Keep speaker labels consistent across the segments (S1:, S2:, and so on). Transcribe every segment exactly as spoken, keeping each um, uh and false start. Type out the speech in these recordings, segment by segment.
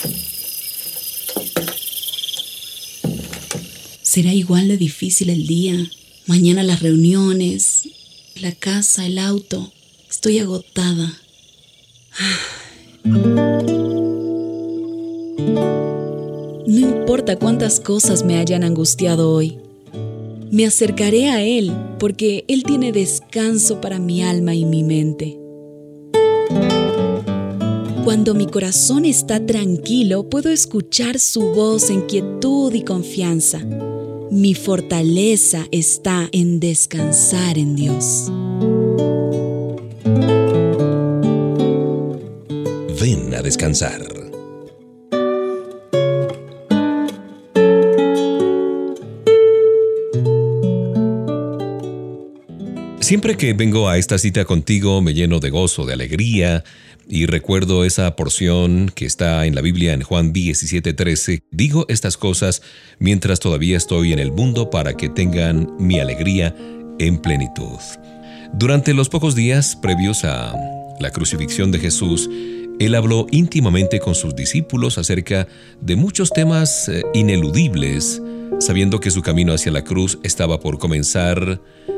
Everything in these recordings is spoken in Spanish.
S1: Será igual de difícil el día. Mañana las reuniones, la casa, el auto. Estoy agotada. No importa cuántas cosas me hayan angustiado hoy. Me acercaré a Él porque Él tiene descanso para mi alma y mi mente. Cuando mi corazón está tranquilo, puedo escuchar su voz en quietud y confianza. Mi fortaleza está en descansar en Dios.
S2: Ven a descansar. Siempre que vengo a esta cita contigo me lleno de gozo, de alegría, y recuerdo esa porción que está en la Biblia en Juan diecisiete trece. Digo estas cosas mientras todavía estoy en el mundo para que tengan mi alegría en plenitud. Durante los pocos días previos a la crucifixión de Jesús, Él habló íntimamente con sus discípulos acerca de muchos temas eh, ineludibles, sabiendo que su camino hacia la cruz estaba por comenzar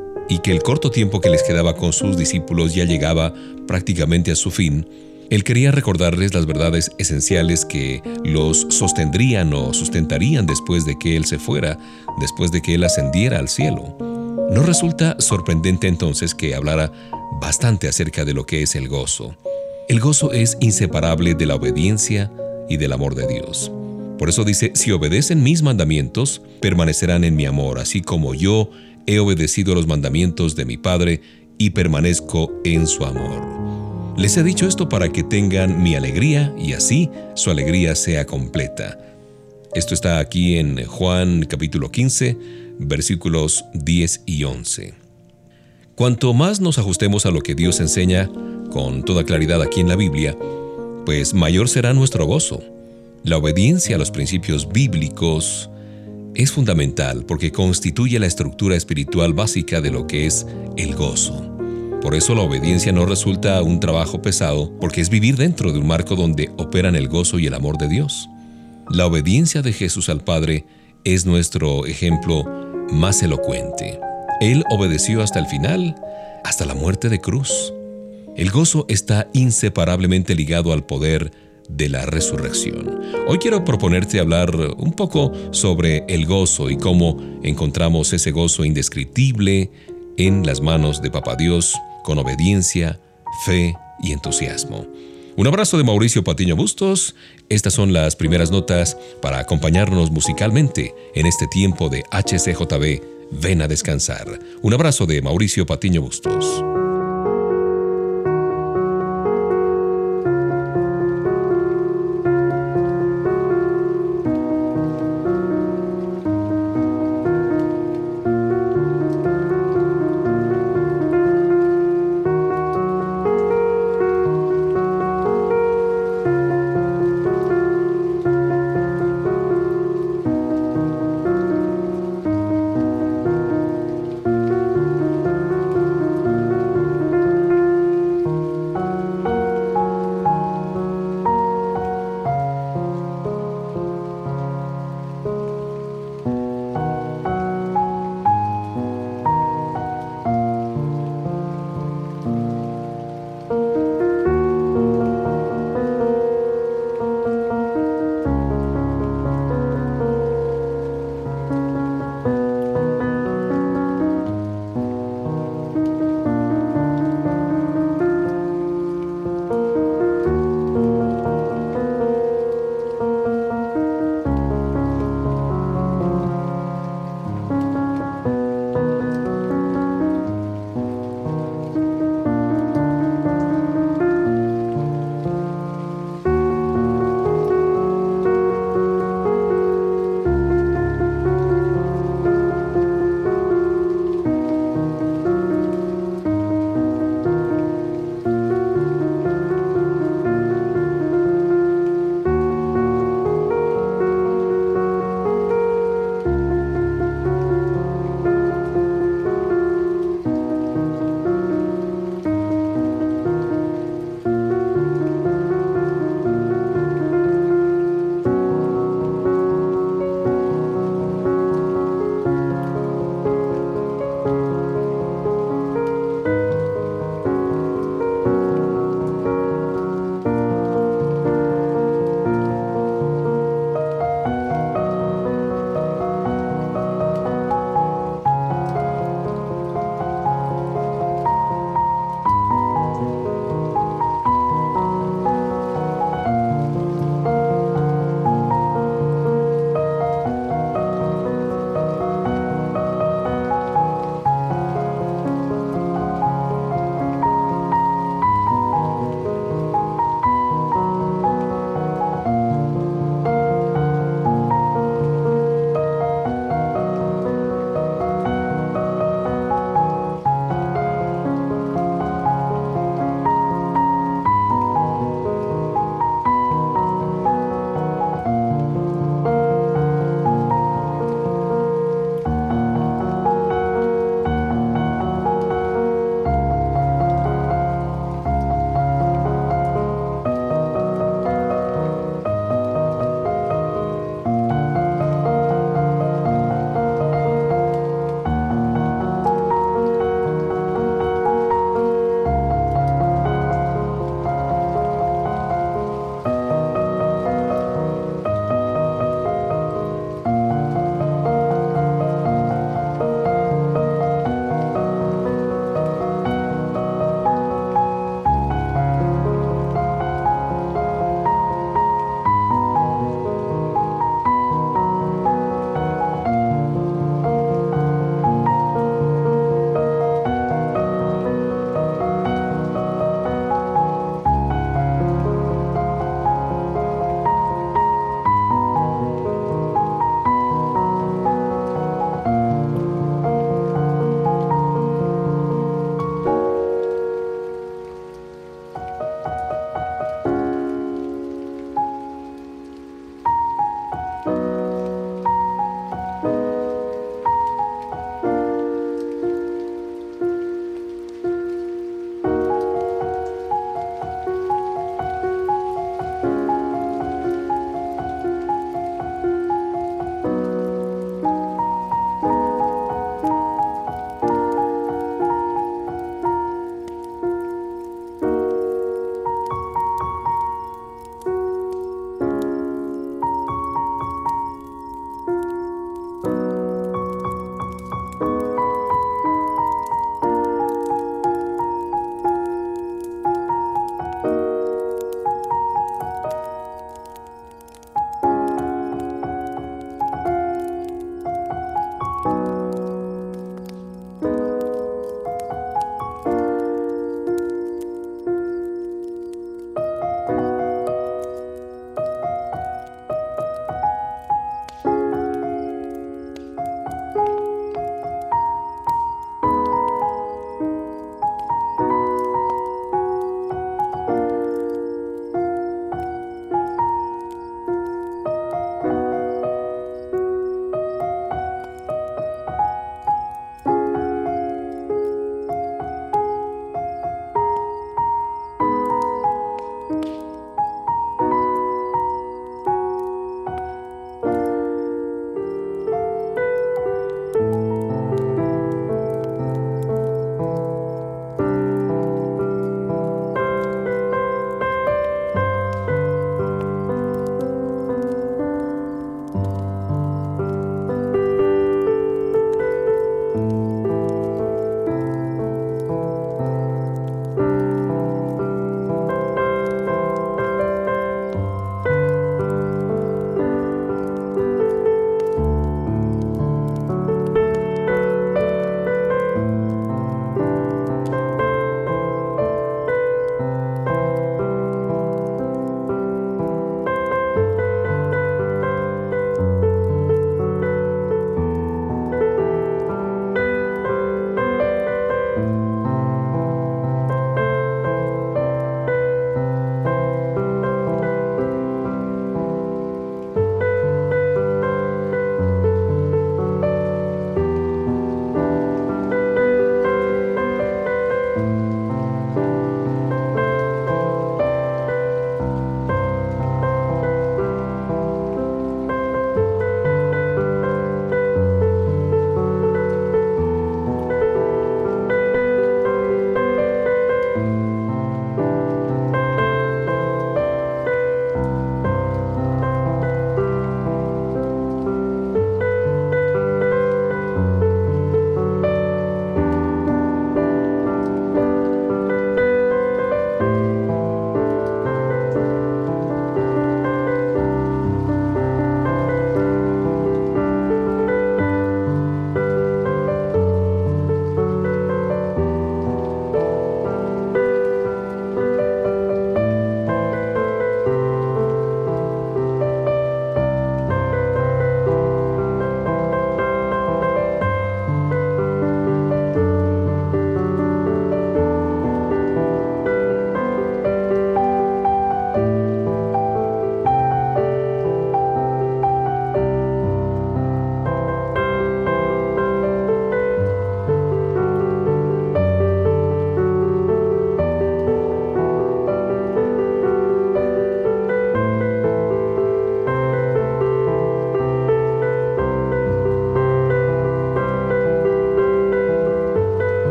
S2: y que el corto tiempo que les quedaba con sus discípulos ya llegaba prácticamente a su fin. Él quería recordarles las verdades esenciales que los sostendrían o sustentarían después de que Él se fuera, después de que Él ascendiera al cielo. ¿No resulta sorprendente entonces que hablara bastante acerca de lo que es el gozo? El gozo es inseparable de la obediencia y del amor de Dios. Por eso dice, si obedecen mis mandamientos, permanecerán en mi amor, así como yo he obedecido los mandamientos de mi Padre y permanezco en su amor. Les he dicho esto para que tengan mi alegría y así su alegría sea completa. Esto está aquí en Juan capítulo quince, versículos diez y once. Cuanto más nos ajustemos a lo que Dios enseña con toda claridad aquí en la Biblia, pues mayor será nuestro gozo. La obediencia a los principios bíblicos es fundamental porque constituye la estructura espiritual básica de lo que es el gozo. Por eso la obediencia no resulta un trabajo pesado, porque es vivir dentro de un marco donde operan el gozo y el amor de Dios. La obediencia de Jesús al Padre es nuestro ejemplo más elocuente. Él obedeció hasta el final, hasta la muerte de cruz. El gozo está inseparablemente ligado al poder de la resurrección. Hoy quiero proponerte hablar un poco sobre el gozo y cómo encontramos ese gozo indescriptible en las manos de Papá Dios, con obediencia, fe y entusiasmo. Un abrazo de Mauricio Patiño Bustos. Estas son las primeras notas para acompañarnos musicalmente en este tiempo de H C J B. Ven a descansar. Un abrazo de Mauricio Patiño Bustos.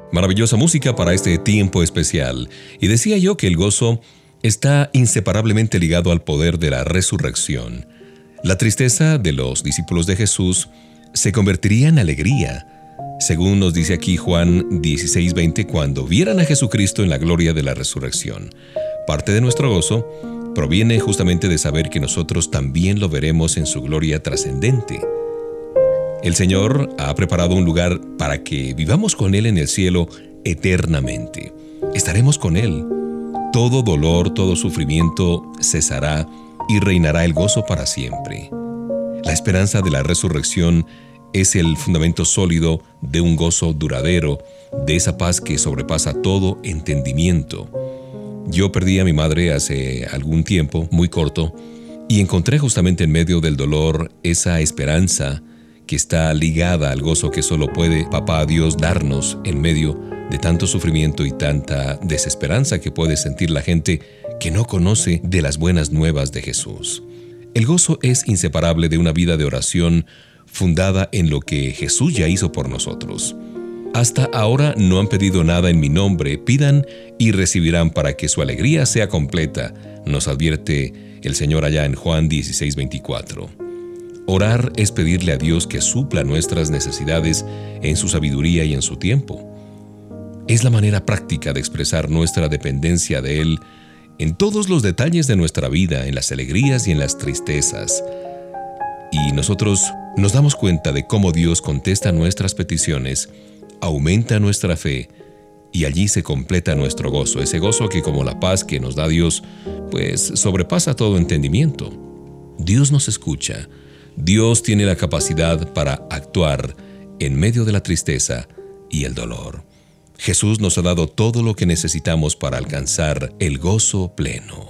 S2: Maravillosa música para este tiempo especial. Y decía yo que el gozo está inseparablemente ligado al poder de la resurrección. La tristeza de los discípulos de Jesús se convertiría en alegría, según nos dice aquí Juan dieciséis veinte, cuando vieran a Jesucristo en la gloria de la resurrección. Parte de nuestro gozo proviene justamente de saber que nosotros también lo veremos en su gloria trascendente. El Señor ha preparado un lugar para que vivamos con Él en el cielo eternamente. Estaremos con Él. Todo dolor, todo sufrimiento cesará y reinará el gozo para siempre. La esperanza de la resurrección es el fundamento sólido de un gozo duradero, de esa paz que sobrepasa todo entendimiento. Yo perdí a mi madre hace algún tiempo, muy corto, y encontré justamente en medio del dolor esa esperanza que está ligada al gozo que solo puede Papá Dios darnos en medio de tanto sufrimiento y tanta desesperanza que puede sentir la gente que no conoce de las buenas nuevas de Jesús. El gozo es inseparable de una vida de oración fundada en lo que Jesús ya hizo por nosotros. Hasta ahora no han pedido nada en mi nombre, pidan y recibirán para que su alegría sea completa, nos advierte el Señor allá en Juan dieciséis veinticuatro. Orar es pedirle a Dios que supla nuestras necesidades en su sabiduría y en su tiempo. Es la manera práctica de expresar nuestra dependencia de Él en todos los detalles de nuestra vida, en las alegrías y en las tristezas. Y nosotros nos damos cuenta de cómo Dios contesta nuestras peticiones, aumenta nuestra fe y allí se completa nuestro gozo, ese gozo que como la paz que nos da Dios, pues sobrepasa todo entendimiento. Dios nos escucha. Dios tiene la capacidad para actuar en medio de la tristeza y el dolor. Jesús nos ha dado todo lo que necesitamos para alcanzar el gozo pleno.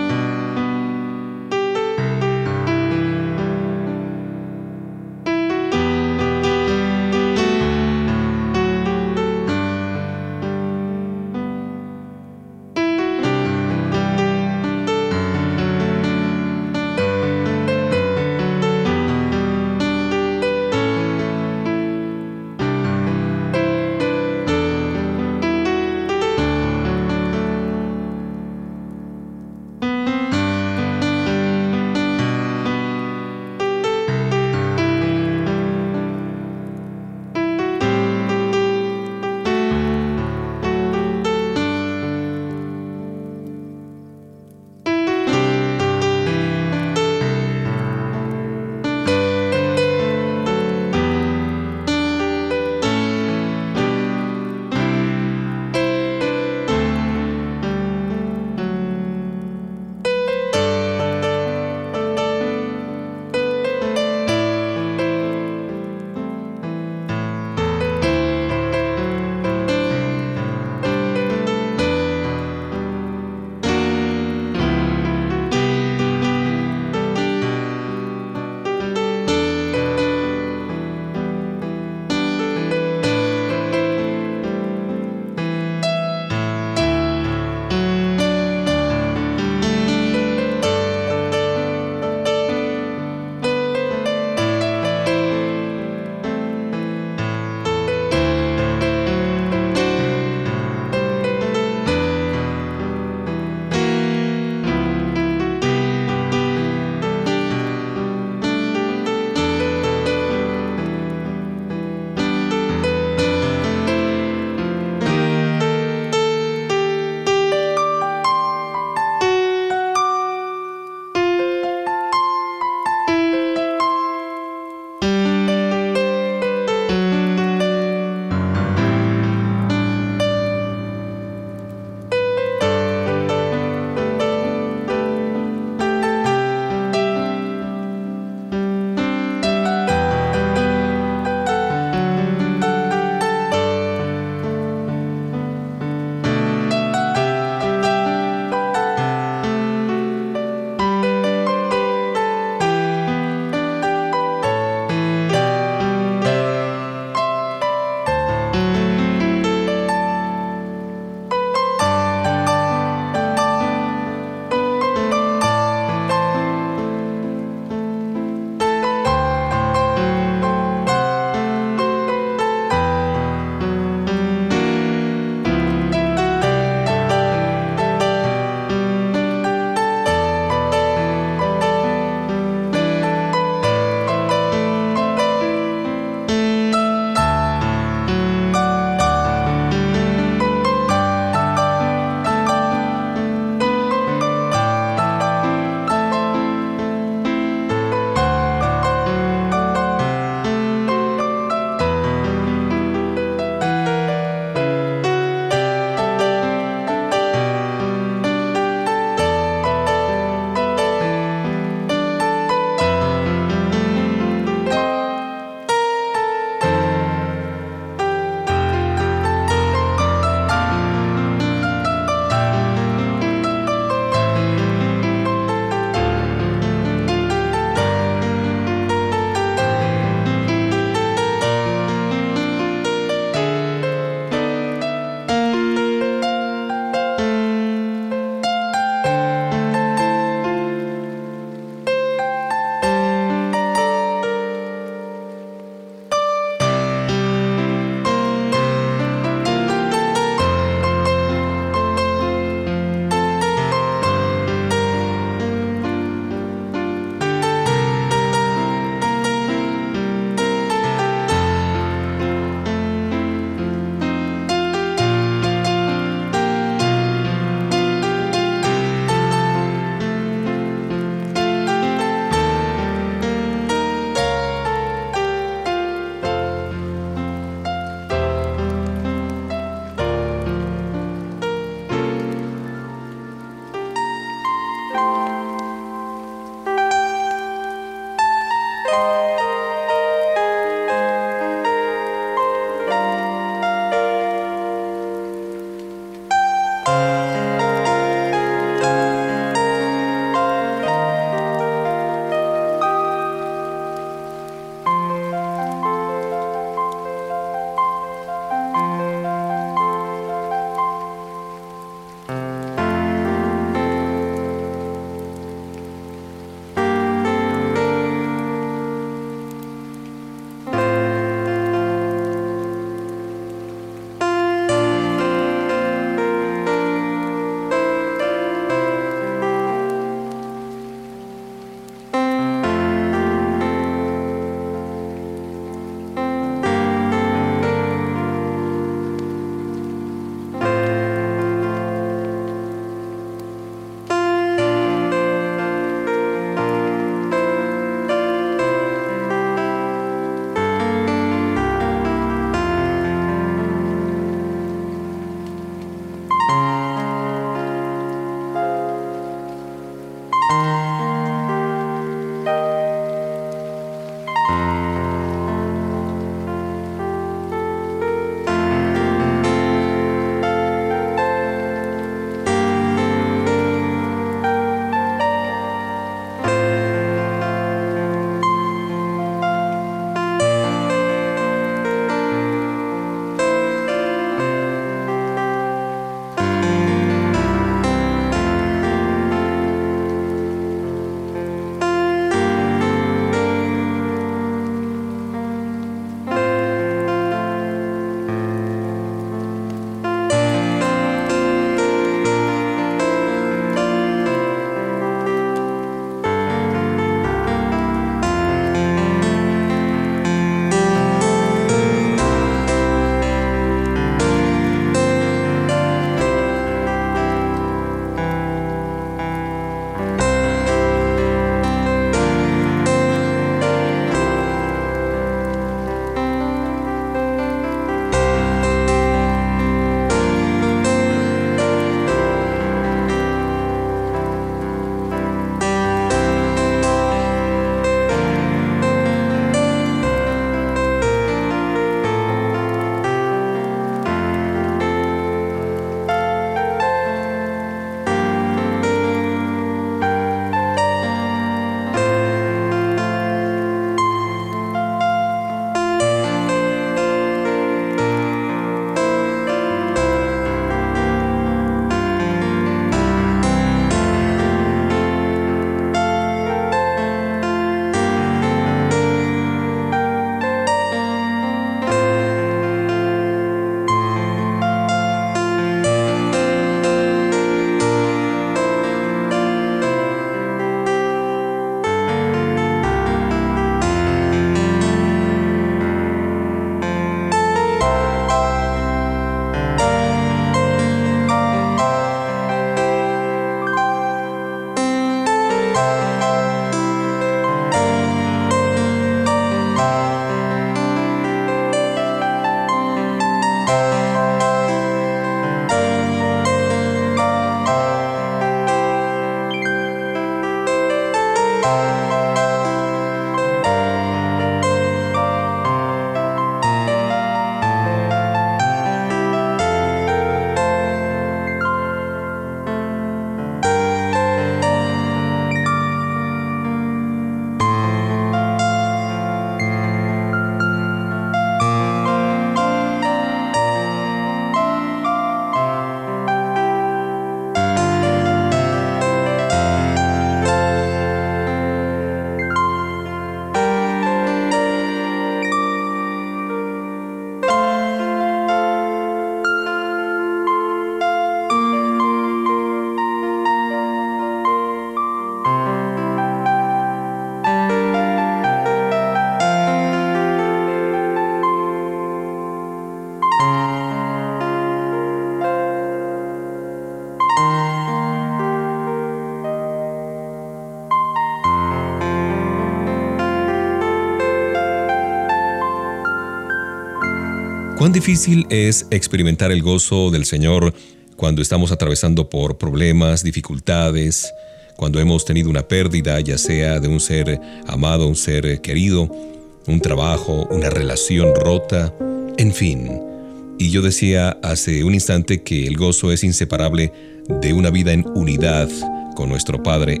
S2: Cuán difícil es experimentar el gozo del Señor cuando estamos atravesando por problemas, dificultades, cuando hemos tenido una pérdida, ya sea de un ser amado, un ser querido, un trabajo, una relación rota, en fin. Y yo decía hace un instante que el gozo es inseparable de una vida en unidad con nuestro Padre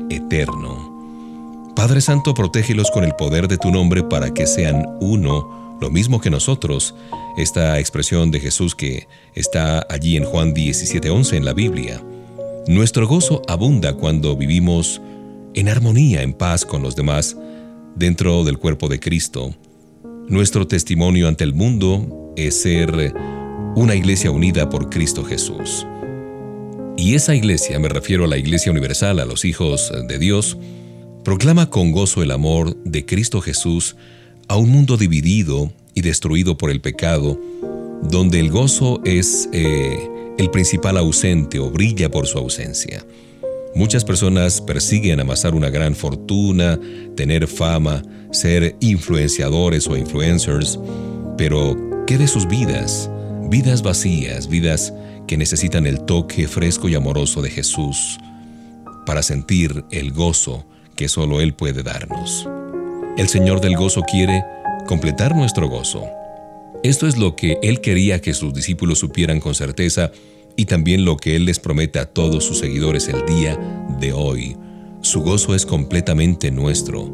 S2: eterno. Padre Santo, protégelos con el poder de tu nombre para que sean uno, lo mismo que nosotros. Esta expresión de Jesús que está allí en Juan diecisiete once en la Biblia. Nuestro gozo abunda cuando vivimos en armonía, en paz con los demás, dentro del cuerpo de Cristo. Nuestro testimonio ante el mundo es ser una iglesia unida por Cristo Jesús. Y esa iglesia, me refiero a la Iglesia Universal, a los hijos de Dios, proclama con gozo el amor de Cristo Jesús a un mundo dividido y destruido por el pecado, donde el gozo es eh, el principal ausente o brilla por su ausencia. Muchas personas persiguen amasar una gran fortuna, tener fama, ser influenciadores o influencers, pero ¿qué de sus vidas? Vidas vacías, vidas que necesitan el toque fresco y amoroso de Jesús para sentir el gozo que solo Él puede darnos. El Señor del gozo quiere completar nuestro gozo. Esto es lo que Él quería que sus discípulos supieran con certeza y también lo que Él les promete a todos sus seguidores el día de hoy. Su gozo es completamente nuestro.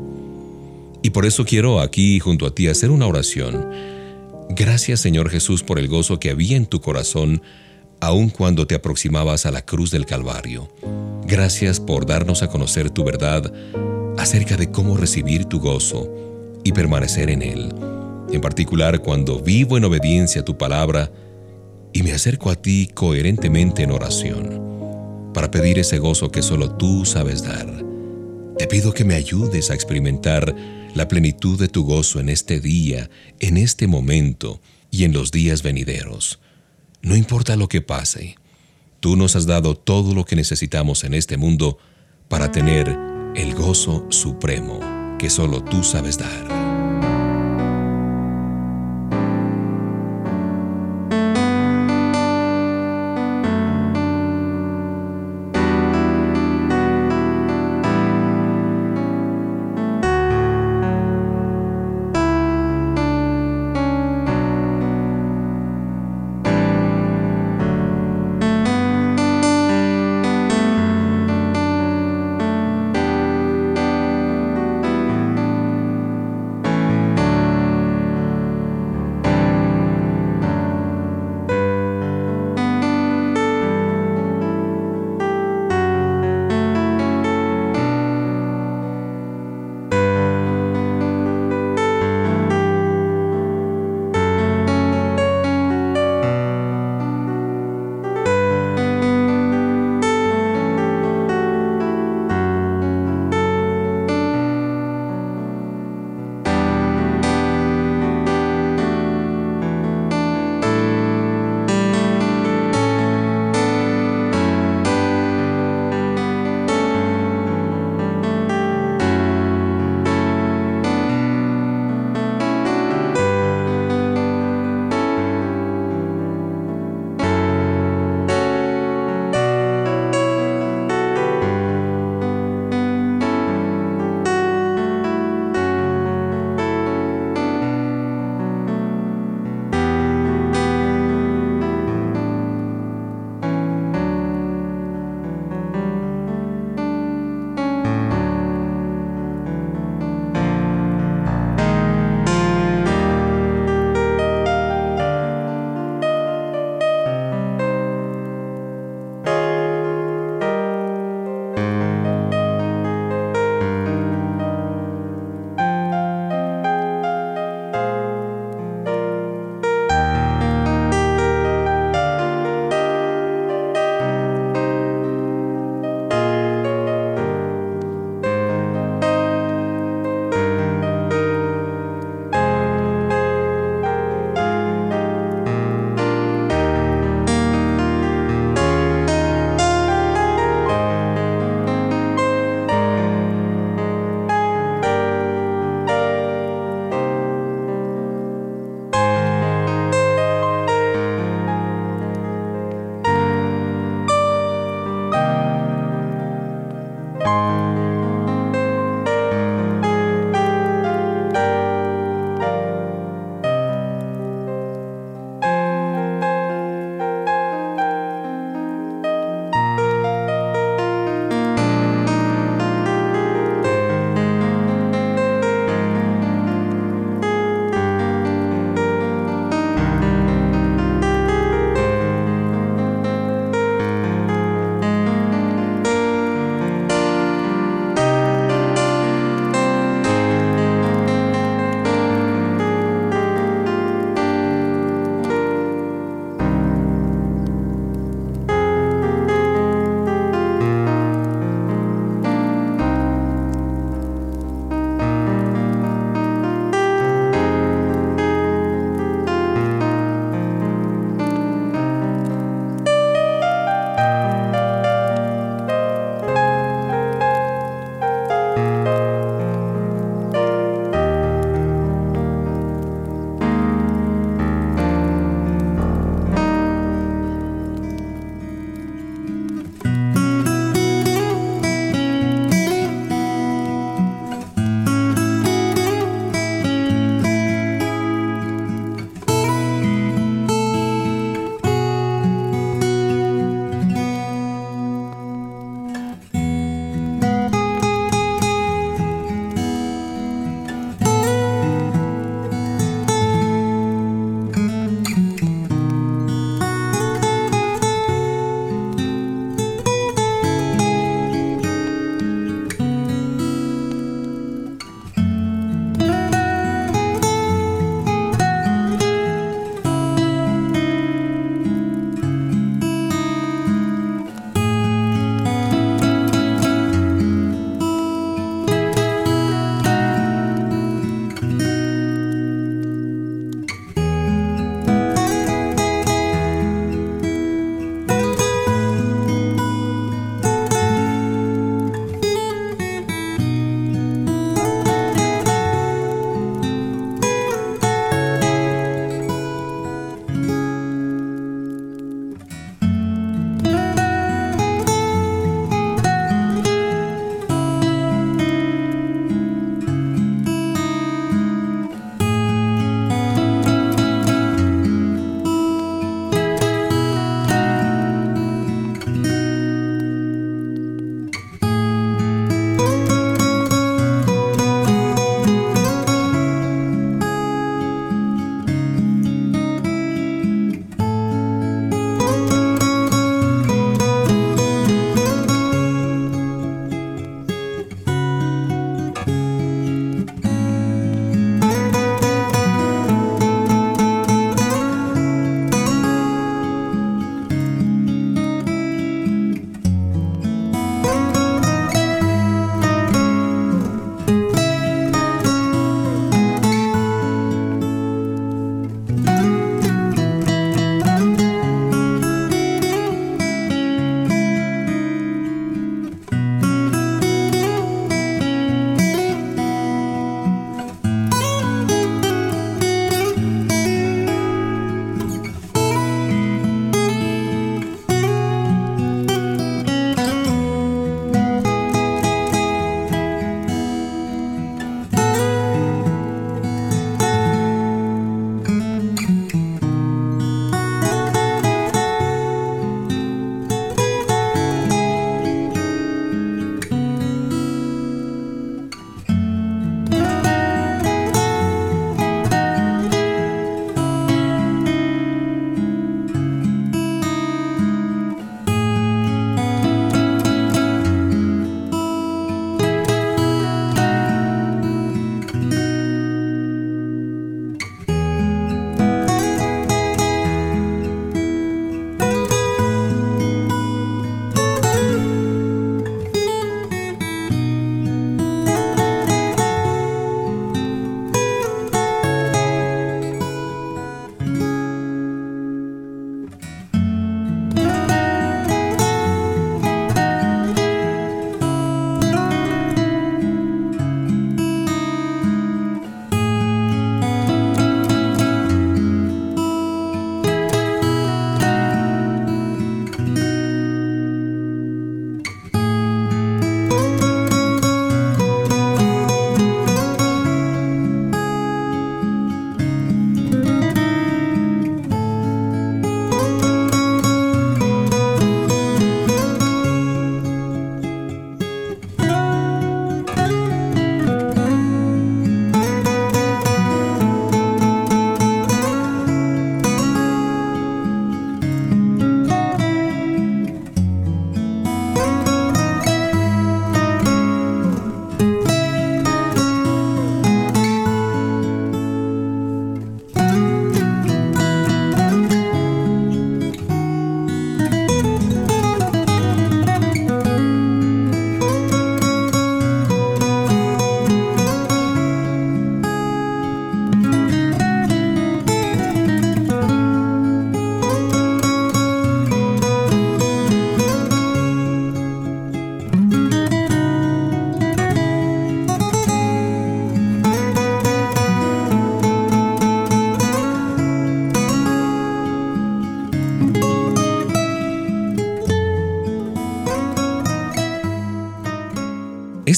S2: Y por eso quiero aquí junto a ti hacer una oración. Gracias, Señor Jesús, por el gozo que había en tu corazón aun cuando te aproximabas a la cruz del Calvario. Gracias por darnos a conocer tu verdad acerca de cómo recibir tu gozo y permanecer en él. En particular, cuando vivo en obediencia a tu palabra y me acerco a ti coherentemente en oración, para pedir ese gozo que solo tú sabes dar. Te pido que me ayudes a experimentar la plenitud de tu gozo en este día, en este momento y en los días venideros. No importa lo que pase, tú nos has dado todo lo que necesitamos en este mundo para tener el gozo supremo que solo tú sabes dar.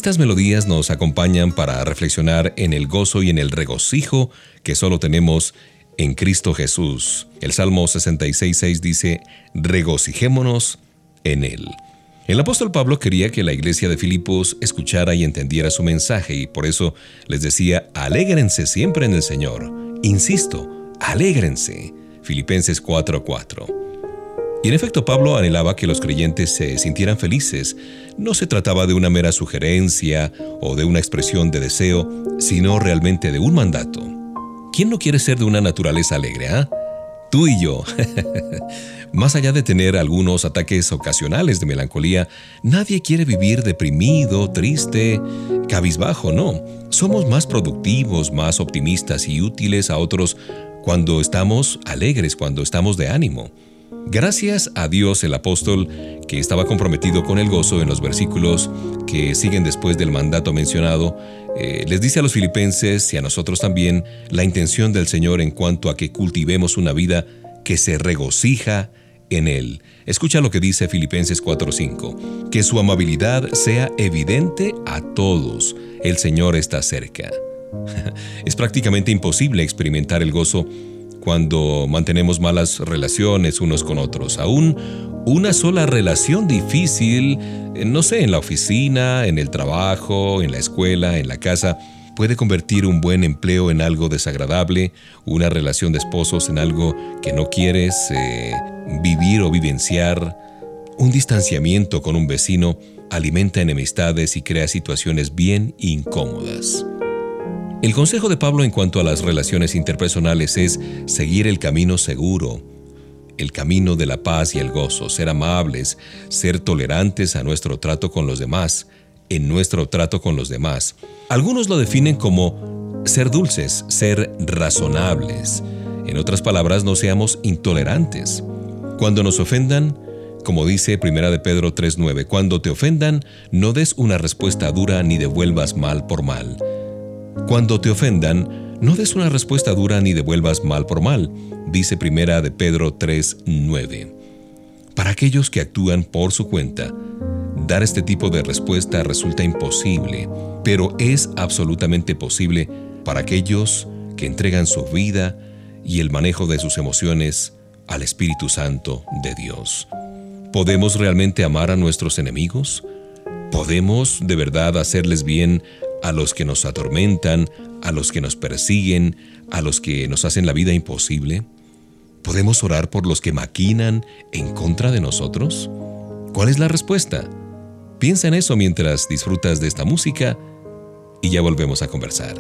S2: Estas melodías nos acompañan para reflexionar en el gozo y en el regocijo que solo tenemos en Cristo Jesús. El Salmo sesenta y seis seis dice: regocijémonos en Él. El apóstol Pablo quería que la iglesia de Filipos escuchara y entendiera su mensaje, y por eso les decía: alégrense siempre en el Señor. Insisto, alégrense. Filipenses cuatro cuatro. Y en efecto, Pablo anhelaba que los creyentes se sintieran felices. No se trataba de una mera sugerencia o de una expresión de deseo, sino realmente de un mandato. ¿Quién no quiere ser de una naturaleza alegre, ah? Tú y yo. Más allá de tener algunos ataques ocasionales de melancolía, nadie quiere vivir deprimido, triste, cabizbajo, no. Somos más productivos, más optimistas y útiles a otros cuando estamos alegres, cuando estamos de ánimo. Gracias a Dios, el apóstol, que estaba comprometido con el gozo en los versículos que siguen después del mandato mencionado, eh, les dice a los filipenses y a nosotros también la intención del Señor en cuanto a que cultivemos una vida que se regocija en Él. Escucha lo que dice Filipenses cuatro cinco: que su amabilidad sea evidente a todos. El Señor está cerca. Es prácticamente imposible experimentar el gozo cuando mantenemos malas relaciones unos con otros. Aún una sola relación difícil, no sé, en la oficina, en el trabajo, en la escuela, en la casa, puede convertir un buen empleo en algo desagradable, una relación de esposos en algo que no quieres eh, vivir o vivenciar. Un distanciamiento con un vecino alimenta enemistades y crea situaciones bien incómodas. El consejo de Pablo en cuanto a las relaciones interpersonales es seguir el camino seguro, el camino de la paz y el gozo, ser amables, ser tolerantes a nuestro trato con los demás, en nuestro trato con los demás. Algunos lo definen como ser dulces, ser razonables. En otras palabras, no seamos intolerantes. Cuando nos ofendan, como dice Primera de Pedro tres nueve, cuando te ofendan, no des una respuesta dura ni devuelvas mal por mal. Cuando te ofendan, no des una respuesta dura ni devuelvas mal por mal, dice Primera de Pedro tres nueve. Para aquellos que actúan por su cuenta, dar este tipo de respuesta resulta imposible, pero es absolutamente posible para aquellos que entregan su vida y el manejo de sus emociones al Espíritu Santo de Dios. ¿Podemos realmente amar a nuestros enemigos? ¿Podemos de verdad hacerles bien a los que nos atormentan, a los que nos persiguen, a los que nos hacen la vida imposible? ¿Podemos orar por los que maquinan en contra de nosotros? ¿Cuál es la respuesta? Piensa en eso mientras disfrutas de esta música y ya volvemos a conversar.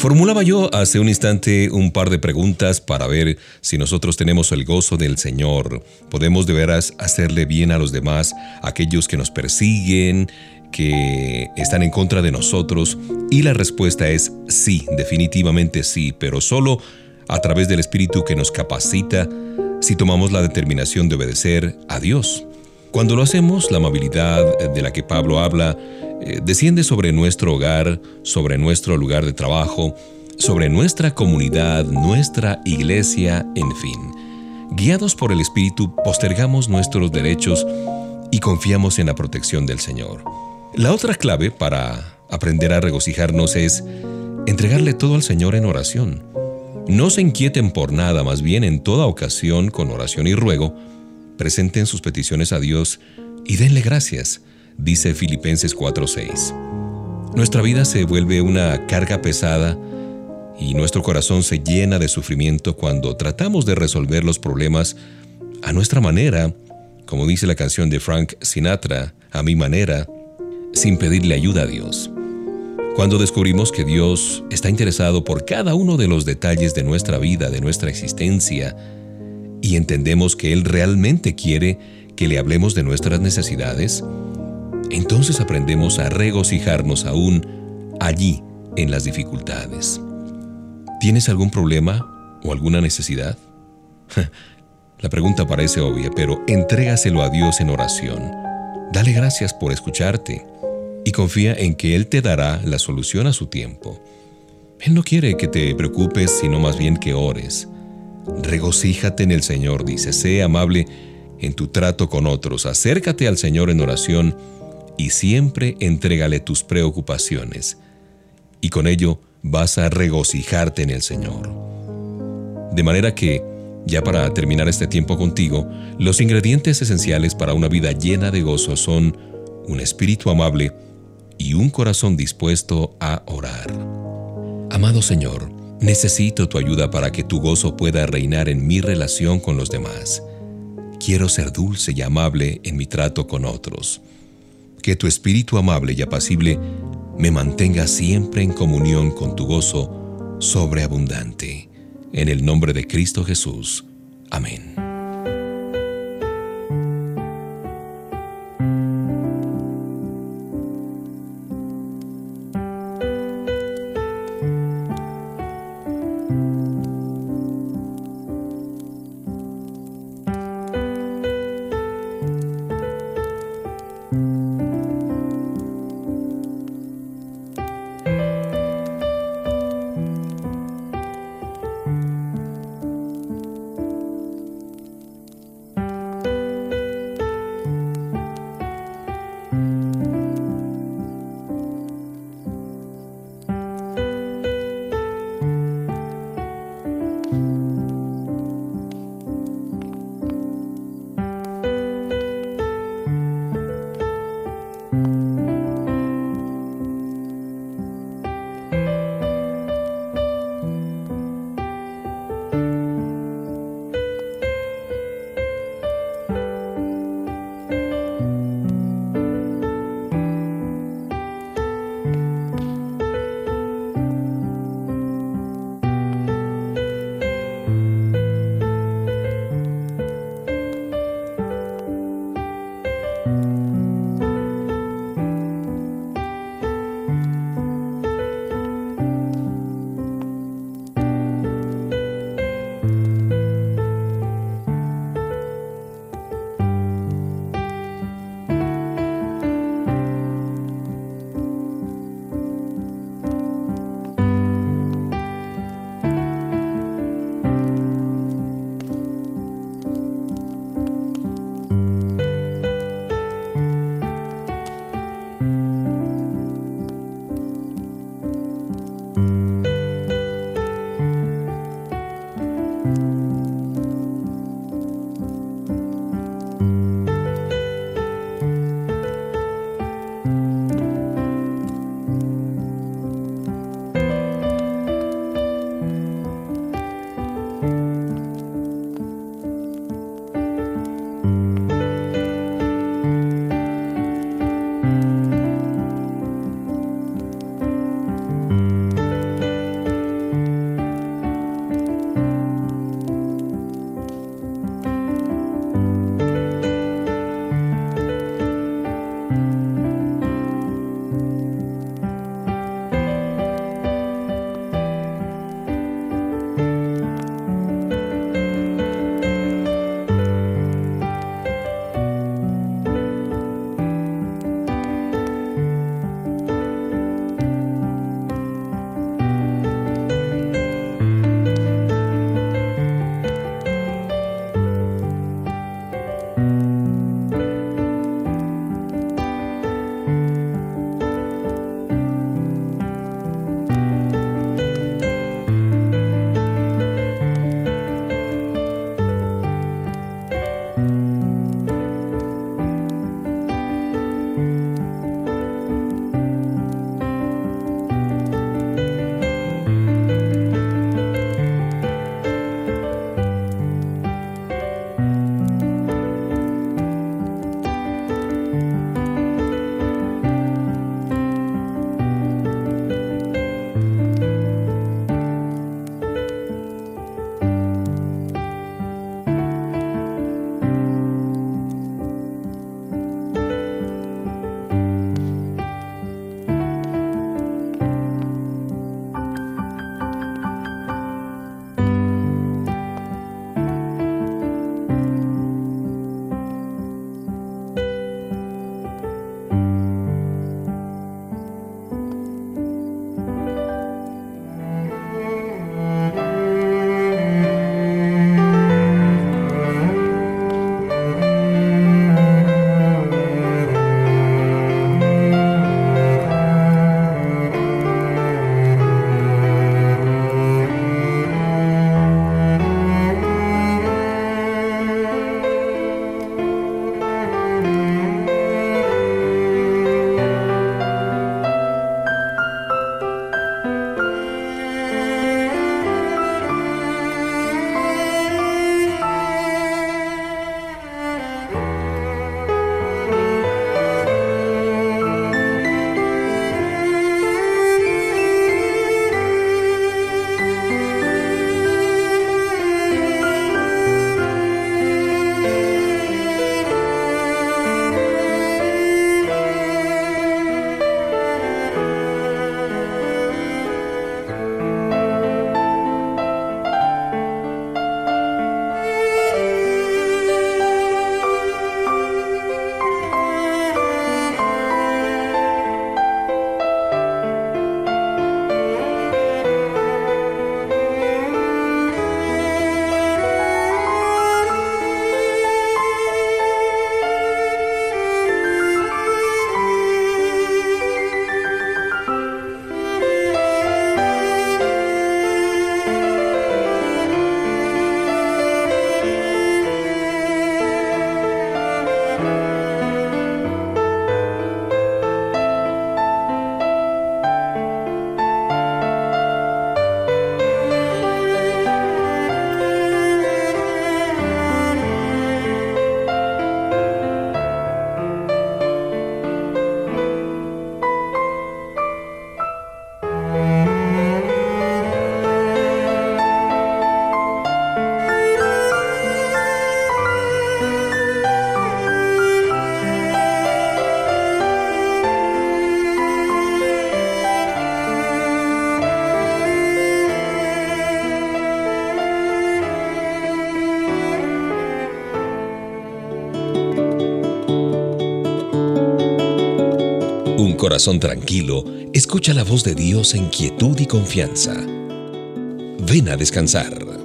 S2: Formulaba yo hace un instante un par de preguntas para ver si nosotros tenemos el gozo del Señor. ¿Podemos de veras hacerle bien a los demás, a aquellos que nos persiguen, que están en contra de nosotros? Y la respuesta es sí, definitivamente sí, pero solo a través del Espíritu que nos capacita si tomamos la determinación de obedecer a Dios. Cuando lo hacemos, la amabilidad de la que Pablo habla eh, desciende sobre nuestro hogar, sobre nuestro lugar de trabajo, sobre nuestra comunidad, nuestra iglesia, en fin. Guiados por el Espíritu, postergamos nuestros derechos y confiamos en la protección del Señor. La otra clave para aprender a regocijarnos es entregarle todo al Señor en oración. No se inquieten por nada, más bien en toda ocasión, con oración y ruego, presenten sus peticiones a Dios y denle gracias, dice Filipenses cuatro seis. Nuestra vida se vuelve una carga pesada y nuestro corazón se llena de sufrimiento cuando tratamos de resolver los problemas a nuestra manera, como dice la canción de Frank Sinatra, a mi manera, sin pedirle ayuda a Dios. Cuando descubrimos que Dios está interesado por cada uno de los detalles de nuestra vida, de nuestra existencia, y entendemos que Él realmente quiere que le hablemos de nuestras necesidades, entonces aprendemos a regocijarnos aún allí en las dificultades. ¿Tienes algún problema o alguna necesidad? La pregunta parece obvia, pero entrégaselo a Dios en oración. Dale gracias por escucharte y confía en que Él te dará la solución a su tiempo. Él no quiere que te preocupes, sino más bien que ores. Regocíjate en el Señor, dice, sé amable en tu trato con otros, acércate al Señor en oración y siempre entrégale tus preocupaciones. Y con ello vas a regocijarte en el Señor. De manera que, ya para terminar este tiempo contigo, los ingredientes esenciales para una vida llena de gozo son un espíritu amable y un corazón dispuesto a orar. Amado Señor, necesito tu ayuda para que tu gozo pueda reinar en mi relación con los demás. Quiero ser dulce y amable en mi trato con otros. Que tu espíritu amable y apacible me mantenga siempre en comunión con tu gozo sobreabundante. En el nombre de Cristo Jesús. Amén. corazón tranquilo, escucha la voz de Dios en quietud y confianza. Ven a descansar.